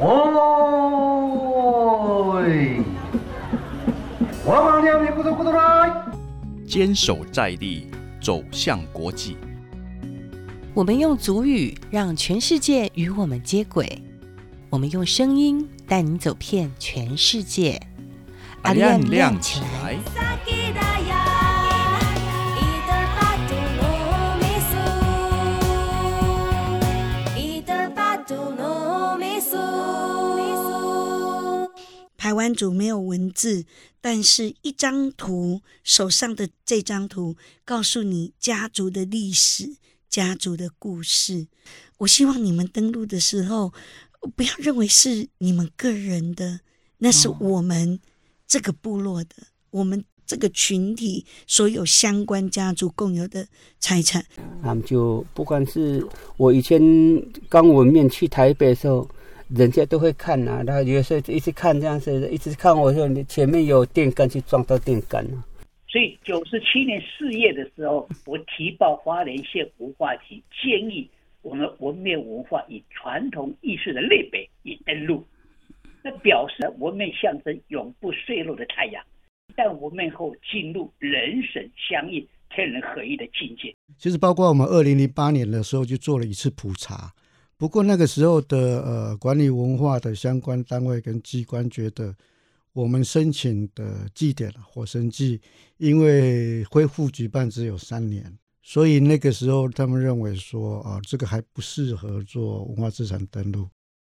我们两边不来， 坚守在地，走向国际。 我们用族语让全世界与我们接轨，我们用声音带你走遍全世界。 阿亮亮起来！ 排湾族没有文字，但是一张图，手上的这张图告诉你家族的历史，家族的故事。我希望你们登录的时候不要认为是你们个人的，那是我们这个部落的，我们这个群体所有相关家族共有的财产。 他们就不管是我以前刚文面去台北的时候，人家都会看啊，他有时候一直看这样子，一直看我说你前面有电杆去撞到电杆啊。 所以97年4月的时候，我提报花莲县文化局，建议我们文面文化以传统艺术的类别以登录，那表示文面象征永不坠落的太阳，但文面后进入人神相应、天人合一的境界。 其实包括我们2008年的时候就做了一次普查，不过那个时候的管理文化的相关单位跟机关觉得我们申请的祭典火神祭因为恢复举办只有3年，所以那个时候他们认为说这个还不适合做文化资产登录。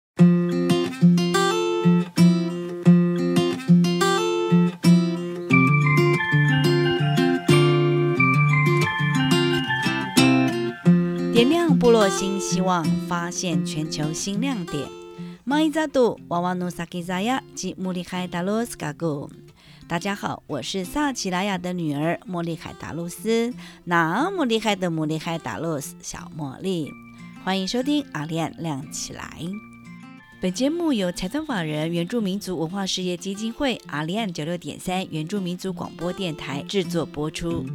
点亮部落新希望，发现全球新亮点。马伊扎杜娃娃努萨基扎亚及穆里海达鲁斯嘎古。大家好，我是萨奇拉雅的女儿莫里海达鲁斯，那么厉害的莫里海达鲁斯小茉莉，欢迎收听阿亮亮起来。本节目由财团法人原住民族文化事业基金会阿亮96.3原住民族广播电台制作播出。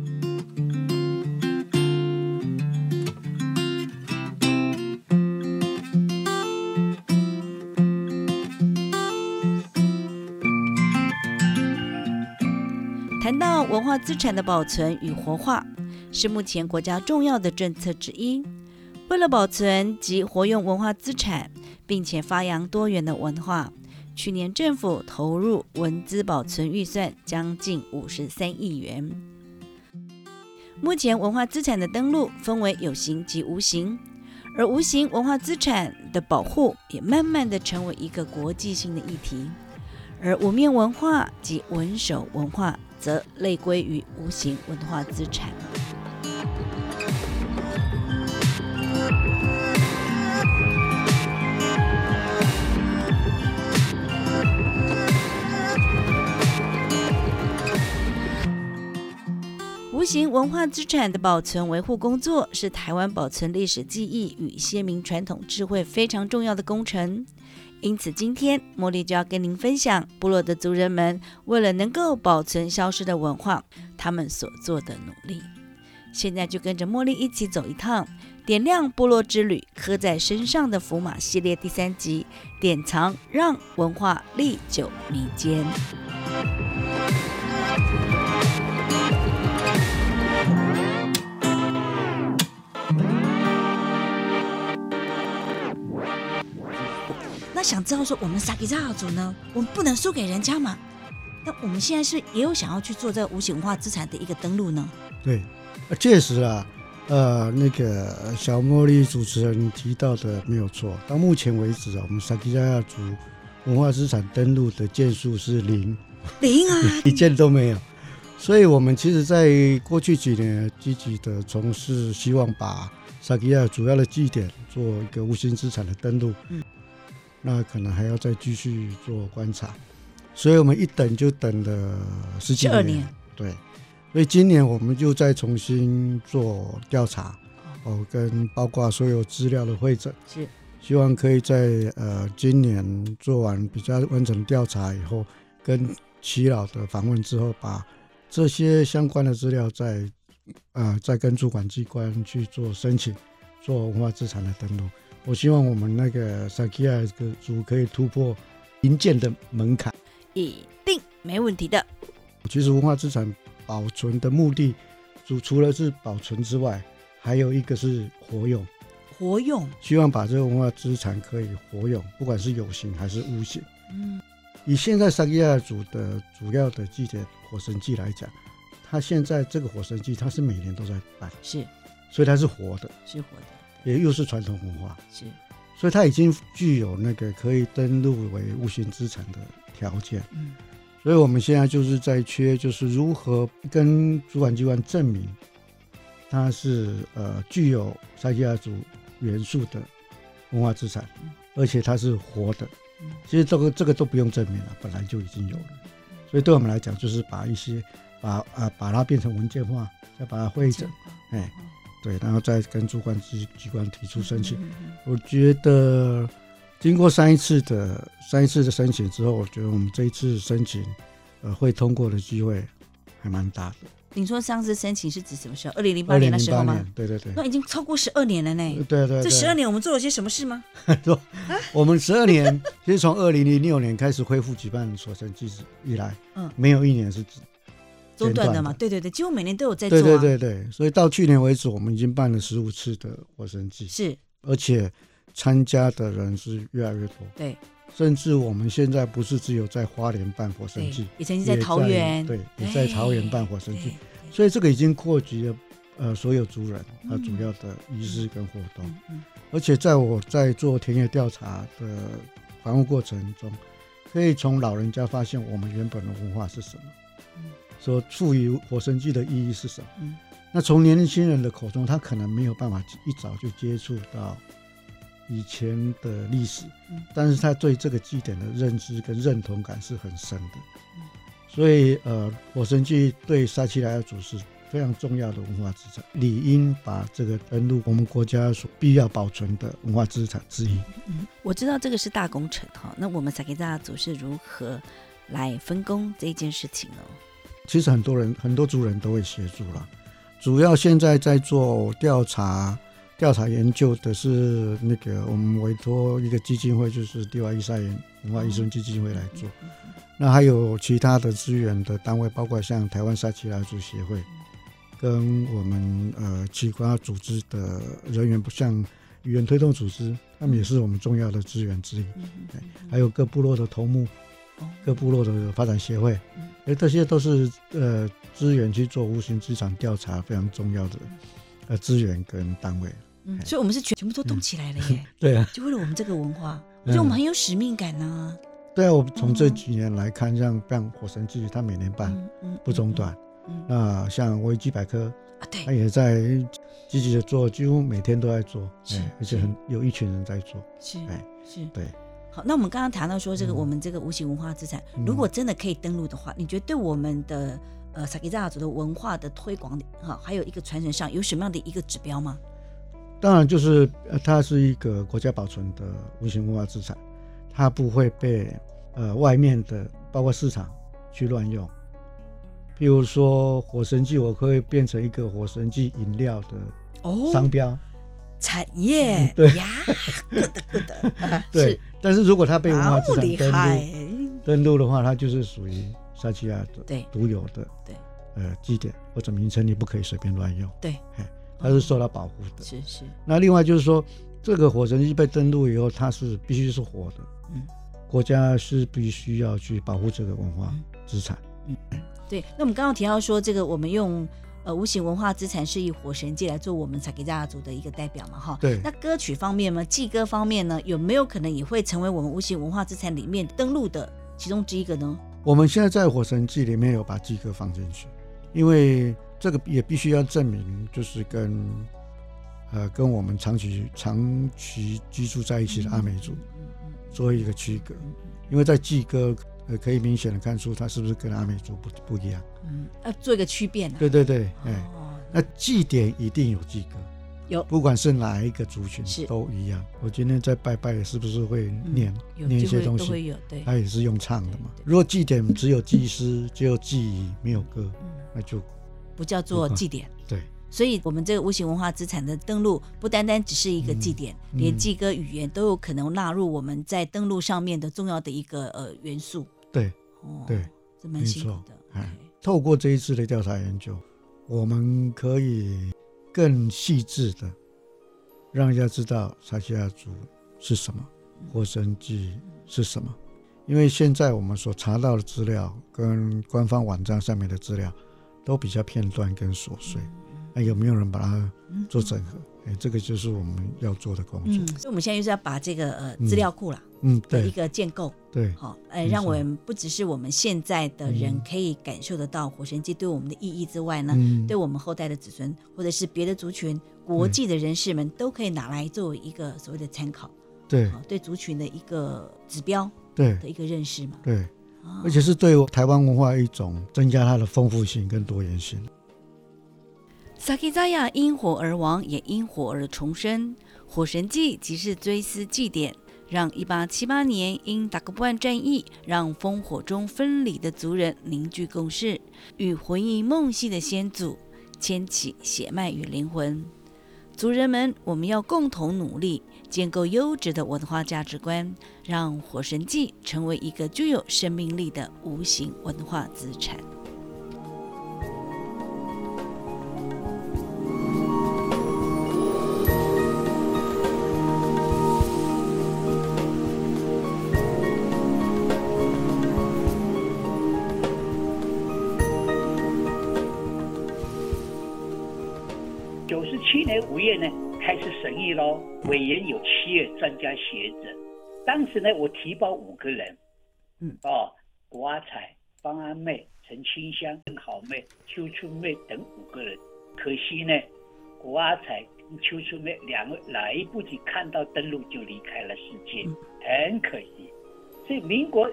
谈到文化资产的保存与活化，是目前国家重要的政策之一。为了保存及活用文化资产，并且发扬多元的文化，去年政府投入文资保存预算将近53亿元。目前文化资产的登录分为有形及无形，而无形文化资产的保护也慢慢的成为一个国际性的议题，而文面文化及文手文化则类归于无形文化资产。无形文化资产的保存维护工作是台湾保存历史记忆与先民传统智慧非常重要的工程。因此今天茉莉就要跟您分享部落的族人们为了能够保存消失的文化，他们所做的努力。现在就跟着茉莉一起走一趟点亮部落之旅刻在身上的符码系列第3集，典藏让文化历久弥坚。 那想知道说我们萨基扎族呢，我们不能输给人家嘛？那我们现在是也有想要去做这个无形文化资产的一个登录呢？ 对，确实啊，那个小茉莉主持人提到的没有错。到目前为止我们萨基扎族文化资产登录的件数是0啊，一件都没有。所以我们其实在过去几年积极的从事，希望把萨基扎主要的祭典做一个无形资产的登录。那可能还要再继续做观察，所以我们一等就等了12年。对，所以今年我们就再重新做调查，跟包括所有资料的汇整， 是希望可以在今年做完比较完整的调查以后，跟耆老的访问之后，把这些相关的资料再跟主管机关去做申请，做文化资产的登录。 我希望我们那个萨基亚族可以突破营建的门槛， 一定没问题的。 其实文化资产保存的目的，除了是保存之外，还有一个是活用。 活用， 希望把这个文化资产可以活用，不管是有形还是无形。以现在萨基亚族的主要的祭典火神祭来讲，它现在这个火神祭，它是每年都在办， 是， 所以它是活的， 是活的， 也又是传统文化， 是， 所以它已经具有那个可以登录为无形资产的条件。所以我们现在就是在缺，就是如何跟主管机关证明它是具有萨基亚族元素的文化资产，而且它是活的。其实这个都不用证明了，本来就已经有了。所以对我们来讲，就是把一些把它变成文件化，再把它汇整，对，然后再跟主管机关提出申请。我觉得经过上一次的申请之后，我觉得我们这一次申请会通过的机会还蛮大的。 你说上次申请是指什么时候？2008年的时候吗？ 对对对， 那已经超过12年了呢。 对对， 这12年我们做了些什么事吗？ 我们12年，其实从2006年开始恢复举办火神祭以来，没有一年是中断的嘛。对对对，几乎每年都有在做。 对，所以到去年为止，我们已经办了15次的火神祭， 是， 而且参加的人是越来越多。 对。 甚至我们现在不是只有在花莲办火神祭， 也曾经在桃园， 对，也在桃园办火神祭，所以这个已经扩及了所有族人主要的仪式跟活动。而且在我在做田野调查的访问过程中，可以从老人家发现我们原本的文化是什么，所赋予火神祭的意义是什么。那从年轻人的口中，他可能没有办法一早就接触到以前的历史，但是他对这个祭典的认知跟认同感是很深的。所以火神祭对撒奇莱雅族是非常重要的文化资产，理应把这个登录我们国家所必要保存的文化资产之一。 我知道这个是大工程哈，那我们撒奇莱雅族是如何来分工这一件事情呢？ 其实很多族人都会协助了，主要现在在做调查研究的是那个我们委托一个基金会，就是蒂瓦伊萨言文化艺术基金会来做。那还有其他的资源的单位，包括像台湾撒奇莱雅族协会，跟我们其他组织的人员，像语言推动组织，他们也是我们重要的资源之一。还有各部落的头目，各部落的发展协会，这些都是资源去做无形资产调查非常重要的资源跟单位。 所以我们是全部都动起来了耶。 对啊， 就为了我们这个文化，我觉得我们很有使命感啊。 对啊，我从这几年来看，像火神祭，它每年办不中断。那像维基百科，它也在积极的做，几乎每天都在做，而且有一群人在做。 是， 对。 好，那我们刚刚谈到说，这个我们这个无形文化资产，如果真的可以登录的话，你觉得对我们的撒奇莱雅族的文化的推广，还有一个传承上，有什么样的一个指标吗？ 当然，就是它是一个国家保存的无形文化资产，它不会被外面的包括市场去乱用。譬如说火神祭，我可以变成一个火神祭饮料的商标。 产业对呀，good 对，但是如果它被文化资产登录的话，它就是属于撒奇莱雅的独有的祭典或者名称，你不可以随便乱用。 对， 它是受到保护的。 是。 那另外就是说，这个火神祭被登录以后，它是必须是活的。国家是必须要去保护这个文化资产。 对。那我们刚刚提到说，这个我们用无形文化资产是以火神祭来做我们撒奇莱雅族的一个代表嘛，哈。 对。 那歌曲方面呢，祭歌方面呢，有没有可能也会成为我们无形文化资产里面登录的其中之一个呢？ 我们现在在火神祭里面有把祭歌放进去，因为这个也必须要证明，就是跟我们长期居住在一起的阿美族做一个区隔，因为在祭歌可以明显的看出它是不是跟阿美族不一样。 要做一个区别。 对。那祭典一定有祭歌， 有， 不管是哪一个族群都一样。我今天在拜拜，是不是会念一些东西？ 都会有，对， 它也是用唱的嘛。如果祭典只有祭诗，只有祭仪，没有歌，那就不叫做祭典。 对， 所以我们这个无形文化资产的登录不单单只是一个祭典，连祭歌语言都有可能纳入我们在登录上面的重要的一个元素。 对，对， 这蛮辛苦的。 透过这一次的调查研究，我们可以更细致的让人家知道撒奇亚族是什么，火神祭是什么。因为现在我们所查到的资料跟官方网站上面的资料都比较片段跟琐碎，有没有人把它做整合？这个就是我们要做的工作。 所以我们现在就是要把这个资料库啦，的一个建构， 对， 好，让我们不只是我们现在的人可以感受得到火神祭对我们的意义之外呢，对我们后代的子孙或者是别的族群、国际的人士们都可以拿来作为一个所谓的参考，对族群的一个指标，的一个认识嘛， 对，而且是对台湾文化一种增加它的丰富性跟多元性。 撒奇扎亚因火而亡，也因火而重生。火神祭即是追思祭典，让1878年因达格布战役让烽火中分离的族人凝聚共识，与魂萦梦系的先祖牵起血脉与灵魂。族人们，我们要共同努力，建构优质的文化价值观，让火神祭成为一个具有生命力的无形文化资产。 97年5月呢，开始审议咯，委员有7位专家学者。当时呢，我提报5个人，古阿彩、方安妹、陈清香、郑好妹、邱春妹等5个人。可惜呢，古阿彩跟邱春妹2位来不及看到登陆就离开了世界，很可惜。所以民国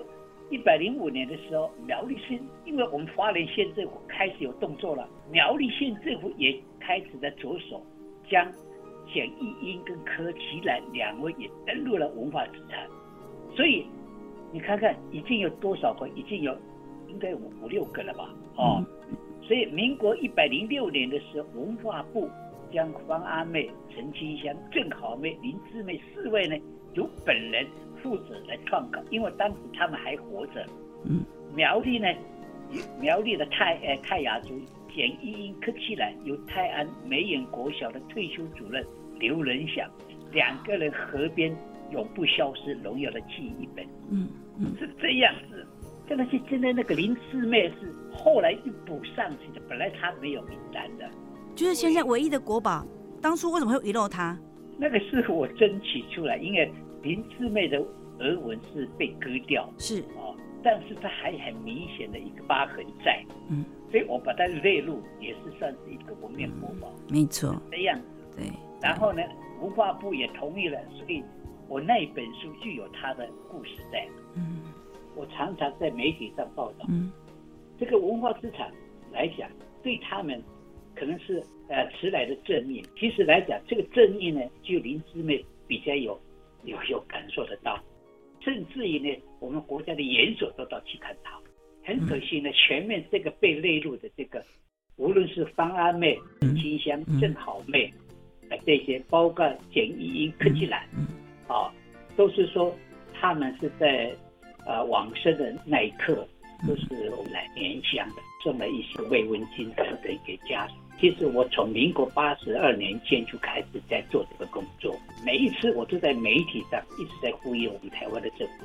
105年的时候，苗栗县，因为我们花莲县政府开始有动作了，苗栗县政府也开始在着手将简义英跟柯其兰2位也登录了文化资产。所以你看看已经有多少个，已经有应该5、6个了吧，所以民国106年的时候，文化部将方阿妹、陈清香、郑好妹、林志妹4位呢，由本人负责来创稿，因为当时他们还活着。苗栗呢，苗栗的泰雅族简义英、柯其兰由泰安梅园国小的退休主任刘仁祥2个人合编永不消失荣耀的记忆本，是这样子。真的是真的那个林四妹是后来又补上去的，本来她没有名单的， 就是现在唯一的国宝。当初为什么会遗漏她？ 那个是我争取出来，因为林四妹的俄文是被割掉， 是但是它还很明显的一个疤痕在，所以我把它列入，也是算是一个文面国宝， 没错， 这样子。对，然后呢，文化部也同意了，所以我那一本书就有它的故事在。我常常在媒体上报道，这个文化资产来讲，对他们可能是迟来的正义。其实来讲，这个正义呢，就林芝妹比较有感受得到，甚至于呢，我们国家的研所都到去看它。很可惜呢，全面这个被列入的这个，无论是方阿妹、陈清香、郑好妹，这些包括简义英、柯其兰，都是说他们是在往生的那一刻，都是我们来联想的，送了一些慰问金等等给家属。其实我从民国82年间就开始在做这个工作，每一次我都在媒体上一直在呼吁我们台湾的政府，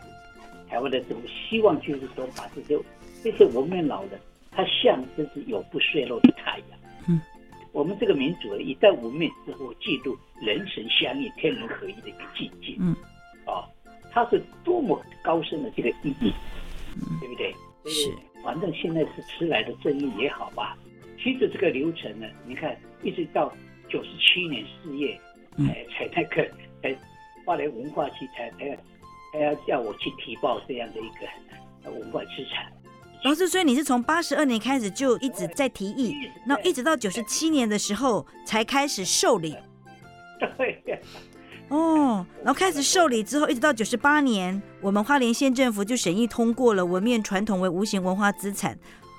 希望就是说把这些文面老人，他象征是永不衰落的太阳。我们这个民族一旦文面之后，记录人神相应、天人合一的一个境界，它是多么高深的这个意义，对不对？是，反正现在是迟来的正义也好吧。其实这个流程呢，你看一直到97年4月，才那个花莲文化系才要叫我去提报这样的一个文化资产。 老师，所以你是从82年开始就一直在提议，然后一直到97年的时候才开始受理。 对。 然后开始受理之后，一直到98年，我们花莲县政府就审议通过了文面传统为无形文化资产。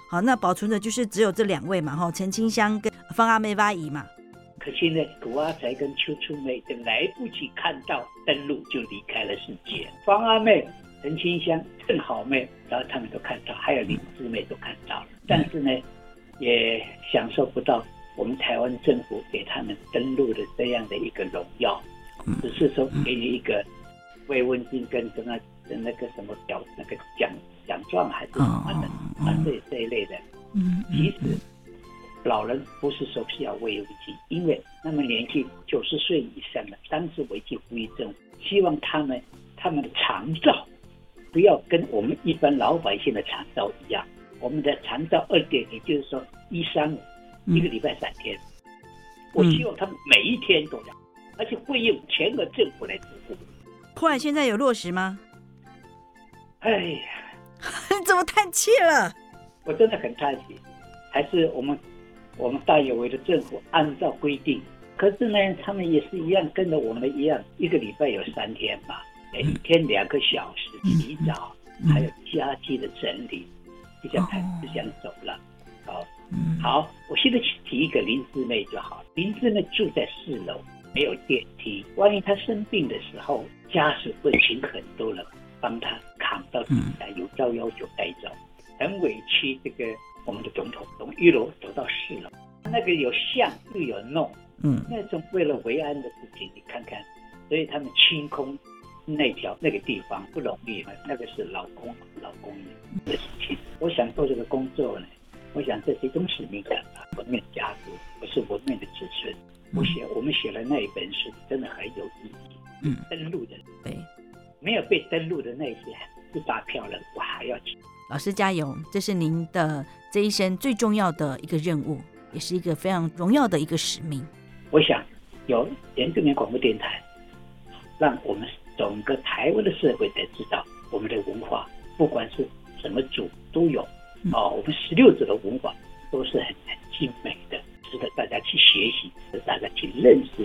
好，那保存的就是只有这2位嘛，陈清香跟方阿妹阿姨嘛。 可惜呢，古阿才跟邱淑妹都来不及看到登陆就离开了世界。方阿妹、陈清香、郑好妹，然后他们都看到，还有林志妹都看到了，但是呢，也享受不到我们台湾政府给他们登陆的这样的一个荣耀，只是说给你一个慰问金跟那个什么那个奖状还是什么的这一类的。其实老人不是说是要慰问金，因为那么年纪90岁以上的，当时违禁呼吁政府，希望他们的长照不要跟我们一般老百姓的长照一样。我们的长照2.0，就是说135，一个礼拜3天。我希望他们每一天都要，而且费用全额政府来支付。 后来现在有落实吗？ 哎呀， 你怎么叹气了？ 我真的很叹息。还是我们大有为的政府按照规定，可是呢，他们也是一样跟着我们一样，一个礼拜有3天嘛，每天2个小时洗澡，还有家具的整理，就这样走了。好，我现在提一个林志妹就好。林志妹住在4楼，没有电梯，万一她生病的时候，家属会请很多人帮她扛到底下，有照要求带走，很委屈这个我们的总统从1楼走到4楼，那个有像又有弄，那种为了维安的事情，你看看，所以他们清空那个地方不容易，那个是老公的事情。我想做这个工作呢，我想这是一种使命感吧，文明家族，我是文明的子孙。我们写了那一本书，真的很有意义。登陆的，对，没有被登陆的那些是打票人，我还要去。 老师加油，这是您的这一生最重要的一个任务，也是一个非常荣耀的一个使命。 我想有原住民广播电台，让我们整个台湾的社会才知道我们的文化，不管是什么族都有。我们16族的文化都是很精美的，值得大家去学习，值得大家去认识。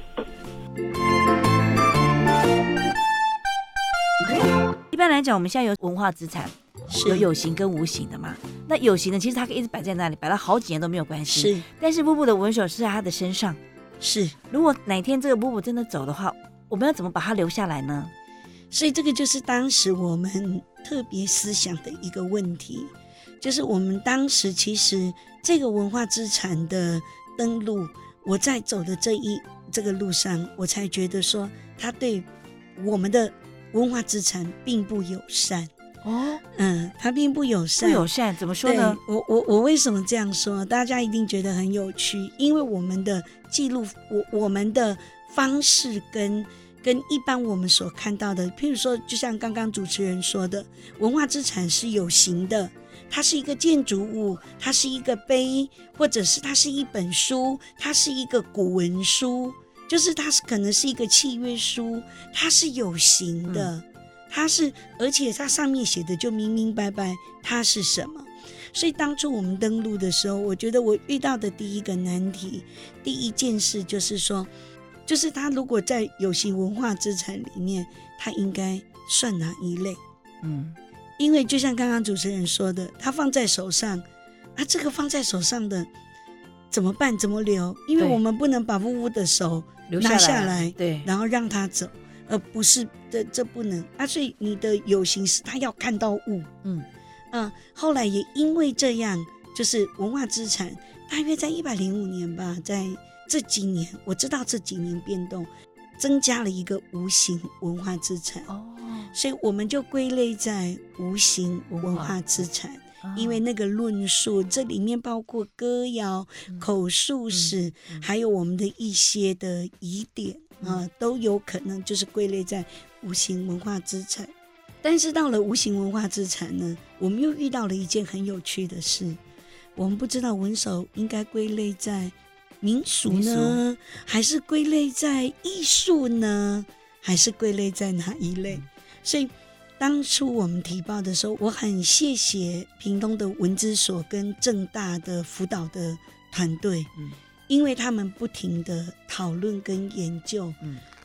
一般来讲，我们现在有文化资产，有有形跟无形的嘛。那有形的其实它可以一直摆在那里，摆到好几年都没有关系。是，但是布布的文手是在他的身上。 是， 如果哪天这个布布真的走的话，我们要怎么把它留下来呢？ 所以这个就是当时我们特别思想的一个问题，就是我们当时其实这个文化资产的登陆，我在走的这个路上，我才觉得说，它对我们的文化资产并不友善。它并不友善。不友善怎么说呢？ 我为什么这样说？大家一定觉得很有趣，因为我们的记录，我们的方式跟一般我们所看到的，譬如说，就像刚刚主持人说的，文化资产是有形的，它是一个建筑物，它是一个碑，或者是它是一本书，它是一个古文书，就是它可能是一个契约书，它是有形的。而且它上面写的就明明白白它是什么。所以当初我们登陆的时候，我觉得我遇到的第一个难题，第一件事就是说，就是它如果在有形文化资产里面，它应该算哪一类？因为就像刚刚主持人说的，它放在手上，这个放在手上的怎么办？怎么留？因为我们不能把布布的手拿下来，对，然后让他走。不是这不能所以你的有形是他要看到物。后来也因为这样，就是文化资产大约在105年吧，在这几年，我知道这几年变动，增加了一个无形文化资产。所以我们就归类在无形文化资产。因为那个论述，这里面包括歌谣、口述史，还有我们的一些的疑点都有可能就是归类在无形文化资产。但是到了无形文化资产呢，我们又遇到了一件很有趣的事，我们不知道文手应该归类在民俗呢，还是归类在艺术呢，还是归类在哪一类？所以当初我们提报的时候，我很谢谢屏东的文资所跟政大的辅导的团队，因为他们不停的讨论跟研究，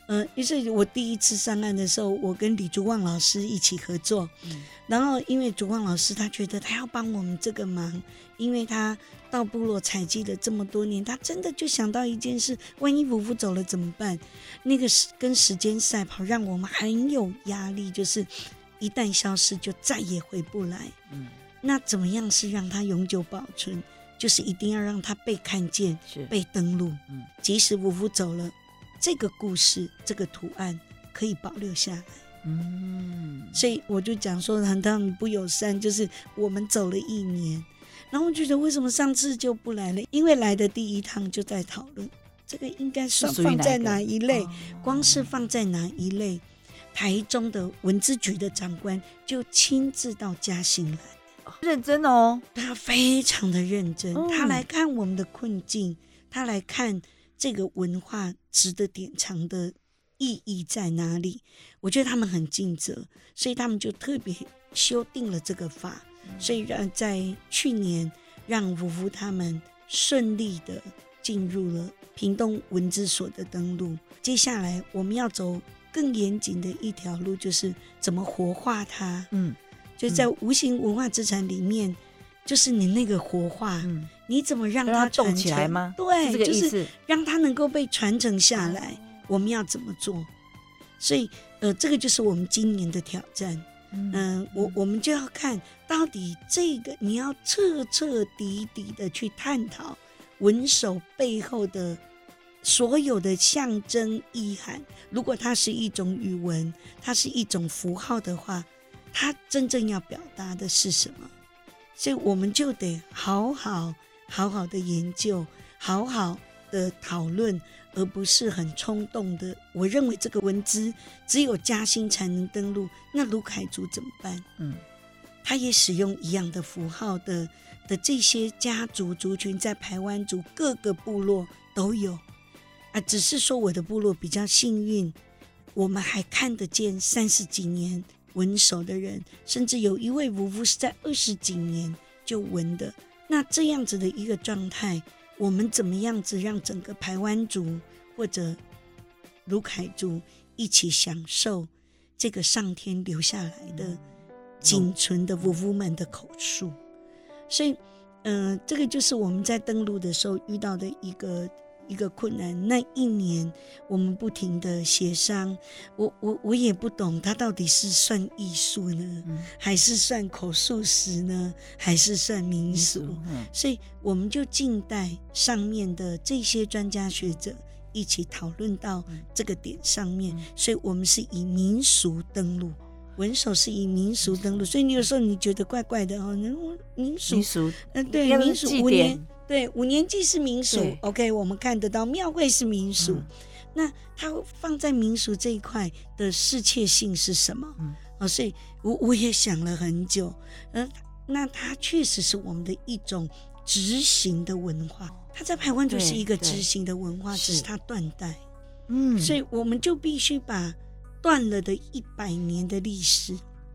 于是我第一次上岸的时候，我跟李竹旺老师一起合作，然后因为竹旺老师他觉得他要帮我们这个忙，因为他到部落采集了这么多年，他真的就想到一件事，万一夫妇走了怎么办？那个跟时间赛跑让我们很有压力，就是一旦消失就再也回不来。那怎么样是让它永久保存？就是一定要让它被看见，被登录。即使夫妇走了，这个故事这个图案可以保留下来。所以我就讲说他们不友善，就是我们走了1年，然后我觉得为什么上次就不来了？因为来的第一趟就在讨论这个应该算放在哪一类，光是放在哪一类，台中的文资局的长官就亲自到嘉兴来， 认真哦， 他非常的认真，他来看我们的困境，他来看这个文化值得典藏的意义在哪里。我觉得他们很尽责，所以他们就特别修订了这个法，所以在去年让夫妇他们顺利的进入了屏东文资所的登录。接下来我们要走更严谨的一条路，就是怎么活化它。就在无形文化资产里面，就是你那个活化，你怎么让它动起来吗？ 对， 是这个意思， 就是让它能够被传承下来。我们要怎么做？所以这个就是我们今年的挑战。我们就要看到底这个你要彻彻底底的去探讨文手背后的所有的象征意涵。如果它是一种语文，它是一种符号的话，它真正要表达的是什么？所以我们就得好好的研究，好好的讨论，而不是很冲动的。我认为这个文资只有嘉兴才能登录，那卢凯族怎么办？他也使用一样的符号的这些家族族群，在排湾族各个部落都有只是说我的部落比较幸运，我们还看得见30几年文手的人，甚至有一位夫妇是在20几年就文的。那这样子的一个状态，我们怎么样子让整个排湾族或者卢凯族一起享受这个上天留下来的仅存的夫妇们的口述？所以这个就是我们在登录的时候遇到的一个困难。那1年我们不停的协商，我也不懂它到底是算艺术呢，还是算口述史呢，还是算民俗？所以我们就静待上面的这些专家学者一起讨论到这个点上面。所以我们是以民俗登录，文手是以民俗登录，所以你有时候你觉得怪怪的民俗对，民俗5年。对，5年祭是民俗 ，OK， 我们看得到庙会是民俗，那它放在民俗这一块的适切性是什么？所以我也想了很久，那它确实是我们的一种执行的文化，它在排湾族是一个执行的文化，只是它断代，所以我们就必须把断了的100年的历史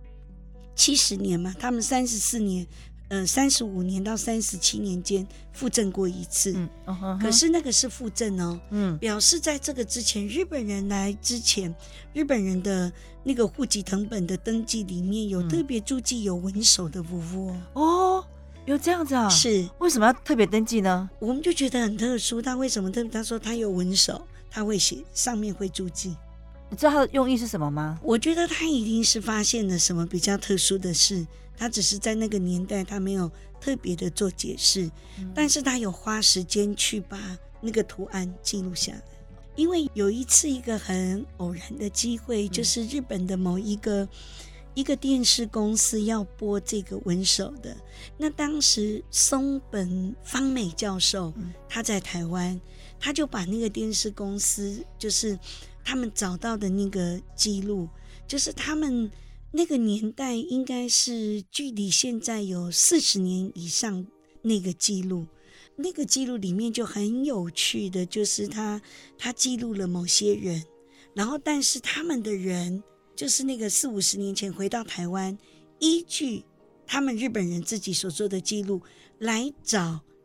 ，70年嘛，他们34年。35年到37年间复振过一次，可是那个是复振哦，表示在这个之前，日本人来之前，日本人的那个户籍誊本的登记里面有特别注记有文手的夫妇哦，有这样子啊？ 是， 为什么要特别登记呢？ 我们就觉得很特殊，他为什么特别？他说他有文手，他会写，上面会注记。 你知道他的用意是什么吗？ 我觉得他一定是发现了什么比较特殊的事，他只是在那个年代他没有特别的做解释，但是他有花时间去把那个图案记录下来。因为有一次一个很偶然的机会，就是日本的某一个电视公司要播这个文手的，那当时松本芳美教授他在台湾，他就把那个电视公司就是他们找到的那个记录，就是他们那个年代应该是距离现在有40年以上那个记录，那个记录里面就很有趣的，就是他记录了某些人，然后但是他们的人就是那个40-50年前回到台湾，依据他们日本人自己所做的记录来找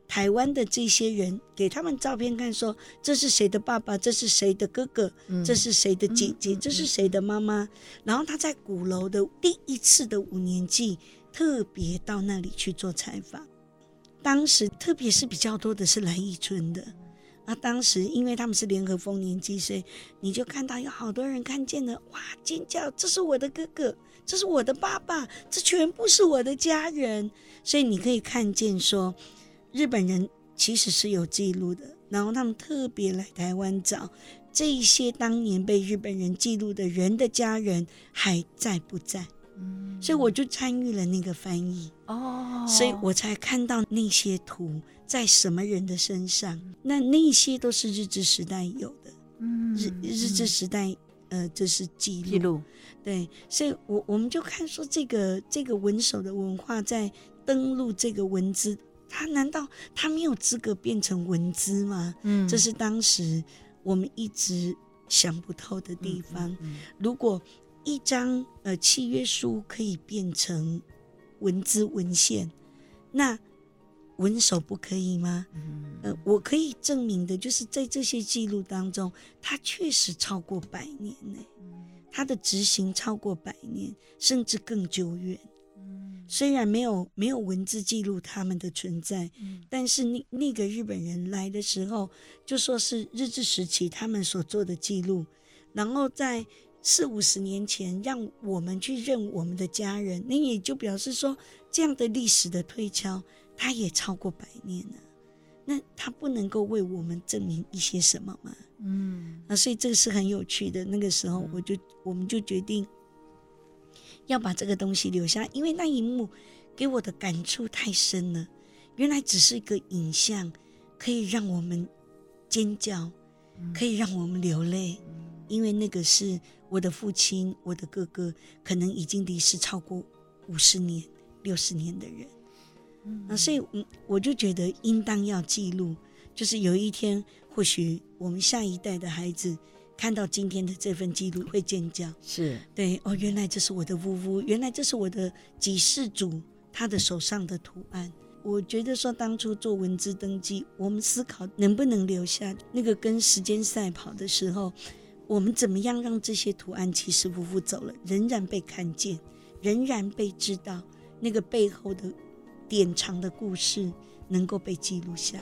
台湾的这些人，给他们照片看说，这是谁的爸爸，这是谁的哥哥，这是谁的姐姐，这是谁的妈妈。然后他在鼓楼的第一次的5年祭特别到那里去做采访，当时特别是比较多的是来义村的。当时因为他们是联合丰年祭，所以你就看到有好多人看见了，哇，尖叫，这是我的哥哥，这是我的爸爸，这全部是我的家人。所以你可以看见说，日本人其实是有记录的，然后他们特别来台湾找这一些当年被日本人记录的人的家人还在不在。所以我就参与了那个翻译，所以我才看到那些图在什么人的身上，那些都是日治时代有的，日治时代这是记录，对，所以我们就看说这个文手的文化在登录这个文字，它难道它没有资格变成文字吗？这是当时我们一直想不透的地方。如果一张契约书可以变成文字文献，那文手不可以吗？我可以证明的就是在这些记录当中，它确实超过100年呢，它的执行超过100年，甚至更久远。虽然没有文字记录他们的存在，但是那个日本人来的时候，就说是日治时期他们所做的记录，然后在40-50年前让我们去认我们的家人，那也就表示说这样的历史的推敲它也超过100年了，那它不能够为我们证明一些什么吗？所以这个是很有趣的。那个时候我们就决定要把这个东西留下，因为那一幕给我的感触太深了。原来只是一个影像可以让我们尖叫，可以让我们流泪，因为那个是我的父亲，我的哥哥，可能已经离世超过50年、60年的人。所以我就觉得应当要记录，就是有一天或许我们下一代的孩子看到今天的这份记录会尖叫， 是对哦，原来这是我的夫妇，原来这是我的几世祖他的手上的图案。我觉得说当初做文字登记，我们思考能不能留下那个跟时间赛跑的时候，我们怎么样让这些图案其实夫妇走了仍然被看见，仍然被知道，那个背后的典藏的故事能够被记录下。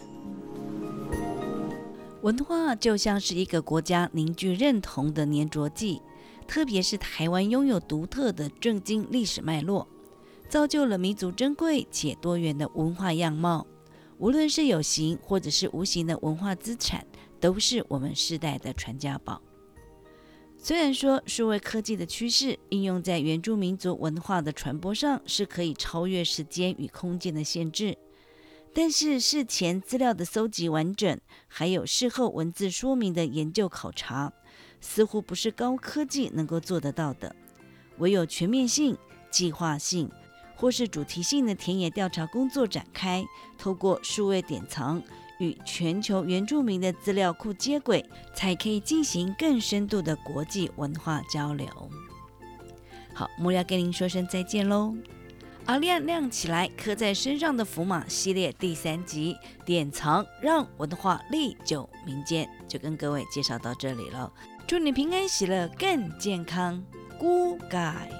文化就像是一个国家凝聚认同的粘着剂，特别是台湾拥有独特的政经历史脉络，造就了弥足珍贵且多元的文化样貌。无论是有形或者是无形的文化资产，都是我们世代的传家宝。虽然说数位科技的趋势应用在原住民族文化的传播上是可以超越时间与空间的限制，但是事前资料的搜集完整，还有事后文字说明的研究考察，似乎不是高科技能够做得到的。唯有全面性、计划性或是主题性的田野调查工作展开，透过数位典藏与全球原住民的资料库接轨，才可以进行更深度的国际文化交流。好，木料跟您说声再见喽。阿亮亮起来刻在身上的符码系列第3集典藏让文化历久弥坚，就跟各位介绍到这里了。祝你平安喜乐更健康，Good guy。